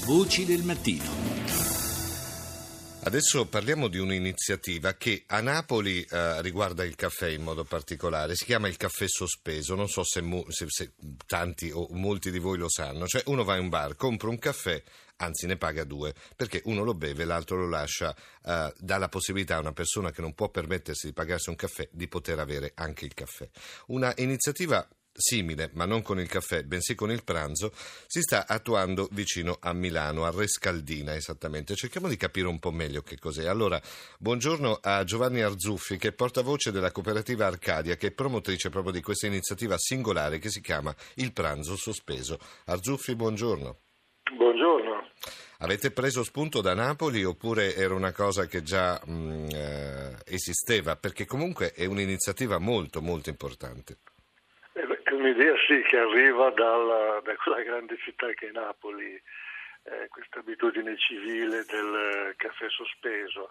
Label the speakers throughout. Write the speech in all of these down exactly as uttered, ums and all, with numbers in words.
Speaker 1: Voci del mattino.
Speaker 2: Adesso parliamo di un'iniziativa che a Napoli eh, riguarda il caffè in modo particolare. Si chiama il caffè sospeso. Non so se, mu- se, se tanti o molti di voi lo sanno. Cioè uno va in un bar, compra un caffè, anzi ne paga due, perché uno lo beve, l'altro lo lascia, eh, dà la possibilità a una persona che non può permettersi di pagarsi un caffè di poter avere anche il caffè. Una iniziativa simile, ma non con il caffè, bensì con il pranzo, si sta attuando vicino a Milano, a Rescaldina esattamente. Cerchiamo di capire un po' meglio che cos'è. Allora, buongiorno a Giovanni Arzuffi, che è portavoce della cooperativa Arcadia, che è promotrice proprio di questa iniziativa singolare che si chiama il pranzo sospeso. Arzuffi, buongiorno.
Speaker 3: Buongiorno.
Speaker 2: Avete preso spunto da Napoli oppure era una cosa che già mh, eh, esisteva? Perché comunque è un'iniziativa molto molto importante.
Speaker 3: È un'idea sì che arriva dalla, da quella grande città che è Napoli, eh, questa abitudine civile del caffè sospeso,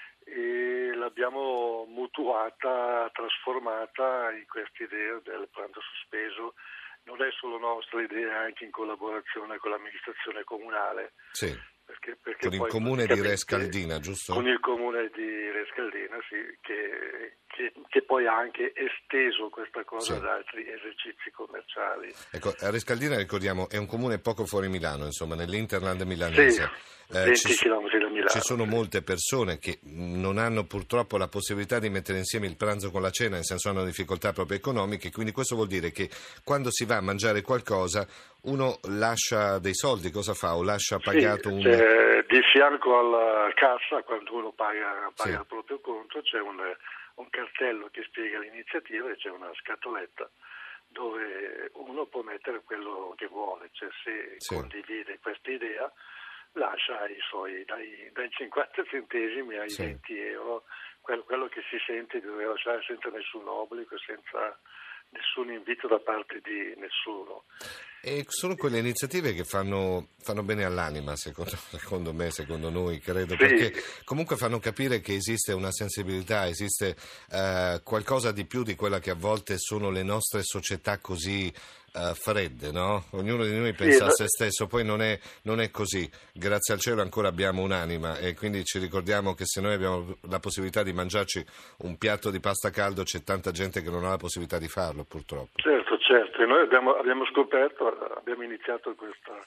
Speaker 3: e l'abbiamo mutuata, trasformata in questa idea del pranzo sospeso. Non è solo nostra idea, anche in collaborazione con l'amministrazione comunale.
Speaker 2: Sì.
Speaker 3: Perché, perché
Speaker 2: con il
Speaker 3: poi
Speaker 2: comune di Rescaldina, giusto?
Speaker 3: Con il comune di Rescaldina, sì, che, che, che poi ha anche esteso questa cosa
Speaker 2: sì.
Speaker 3: ad altri esercizi commerciali.
Speaker 2: Ecco, a Rescaldina, ricordiamo, è un comune poco fuori Milano, insomma, nell'Interland milanese.
Speaker 3: Sì, eh, venti chilometri da Milano.
Speaker 2: Ci sono
Speaker 3: sì.
Speaker 2: molte persone che non hanno purtroppo la possibilità di mettere insieme il pranzo con la cena, nel senso hanno difficoltà proprio economiche, quindi questo vuol dire che quando si va a mangiare qualcosa uno lascia dei soldi, cosa fa? O lascia pagato
Speaker 3: sì,
Speaker 2: un...
Speaker 3: Cioè, di fianco alla cassa, quando uno paga, paga
Speaker 2: sì.
Speaker 3: il proprio conto, c'è un, un cartello che spiega l'iniziativa e c'è una scatoletta dove uno può mettere quello che vuole, cioè se sì. condivide questa idea lascia i suoi dai, dai cinquanta centesimi ai sì. venti euro quello, quello che si sente di dover lasciare senza nessun obbligo, senza nessun invito da parte di nessuno.
Speaker 2: E sono quelle iniziative che fanno, fanno bene all'anima, secondo, secondo me, secondo noi, credo, sì. Perché comunque fanno capire che esiste una sensibilità, esiste eh, qualcosa di più di quella che a volte sono le nostre società così eh, fredde, no? Ognuno di noi pensa sì, a se stesso, poi non è, non è così. Grazie al cielo ancora abbiamo un'anima e quindi ci ricordiamo che se noi abbiamo la possibilità di mangiarci un piatto di pasta caldo, c'è tanta gente che non ha la possibilità di farlo, purtroppo.
Speaker 3: Certo, certo, e noi abbiamo, abbiamo scoperto, abbiamo iniziato questa,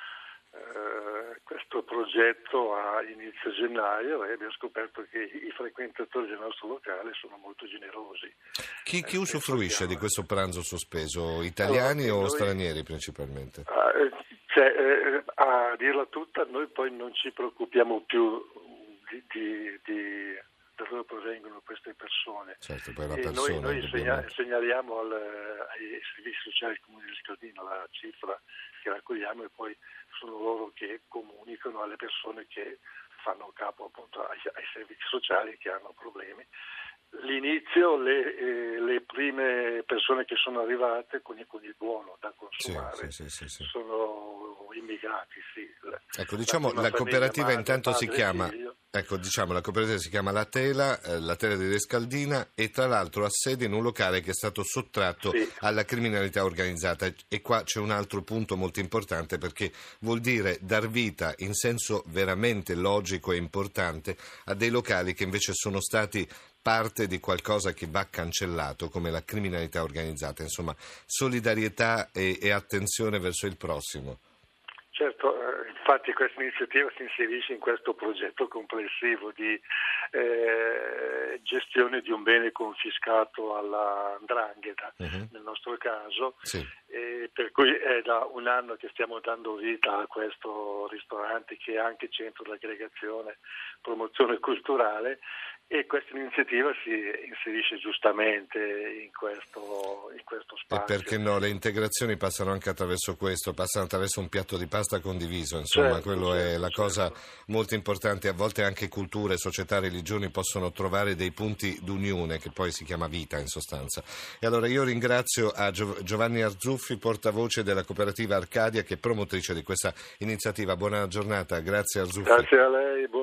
Speaker 3: eh, questo progetto a inizio gennaio e abbiamo scoperto che i frequentatori del nostro locale sono molto generosi.
Speaker 2: Chi, chi usufruisce di questo pranzo sospeso? Italiani allora, o noi, stranieri principalmente?
Speaker 3: Eh, cioè, eh, a dirla tutta, noi poi non ci preoccupiamo più di... di, di da dove provengono queste persone.
Speaker 2: Certo, poi la
Speaker 3: e
Speaker 2: persona,
Speaker 3: noi, noi segna, segnaliamo al, ai servizi sociali del Comune di Rescaldina la cifra che raccogliamo e poi sono loro che comunicano alle persone che fanno capo appunto ai, ai servizi sociali che hanno problemi. L'inizio, le, eh, le prime persone che sono arrivate con il, con il buono da consumare
Speaker 2: sì, sì, sì, sì.
Speaker 3: sono immigrati, sì.
Speaker 2: Ecco, diciamo, la, la cooperativa madre, intanto padre, si chiama...
Speaker 3: Figlio.
Speaker 2: Ecco, diciamo, la cooperativa si chiama La Tela, eh, La Tela di Rescaldina e tra l'altro ha sede in un locale che è stato sottratto sì. alla criminalità organizzata e qua c'è un altro punto molto importante perché vuol dire dar vita in senso veramente logico e importante a dei locali che invece sono stati parte di qualcosa che va cancellato come la criminalità organizzata, insomma solidarietà e, e attenzione verso il prossimo.
Speaker 3: Certo, infatti questa iniziativa si inserisce in questo progetto complessivo di eh, gestione di un bene confiscato alla 'ndrangheta, uh-huh. nel nostro caso,
Speaker 2: sì.
Speaker 3: e per cui è da un anno che stiamo dando vita a questo ristorante che è anche centro di aggregazione, promozione culturale e questa iniziativa si inserisce giustamente in questo, in questo spazio.
Speaker 2: E perché no, le integrazioni passano anche attraverso questo, passano attraverso un piatto di pasta condiviso, insomma, certo, quello certo, è la certo. cosa molto importante. A volte anche culture, società, religioni possono trovare dei punti d'unione che poi si chiama vita in sostanza. E allora io ringrazio a Giovanni Arzuffi, portavoce della cooperativa Arcadia, che è promotrice di questa iniziativa. Buona giornata, grazie Arzuffi.
Speaker 3: Grazie a lei.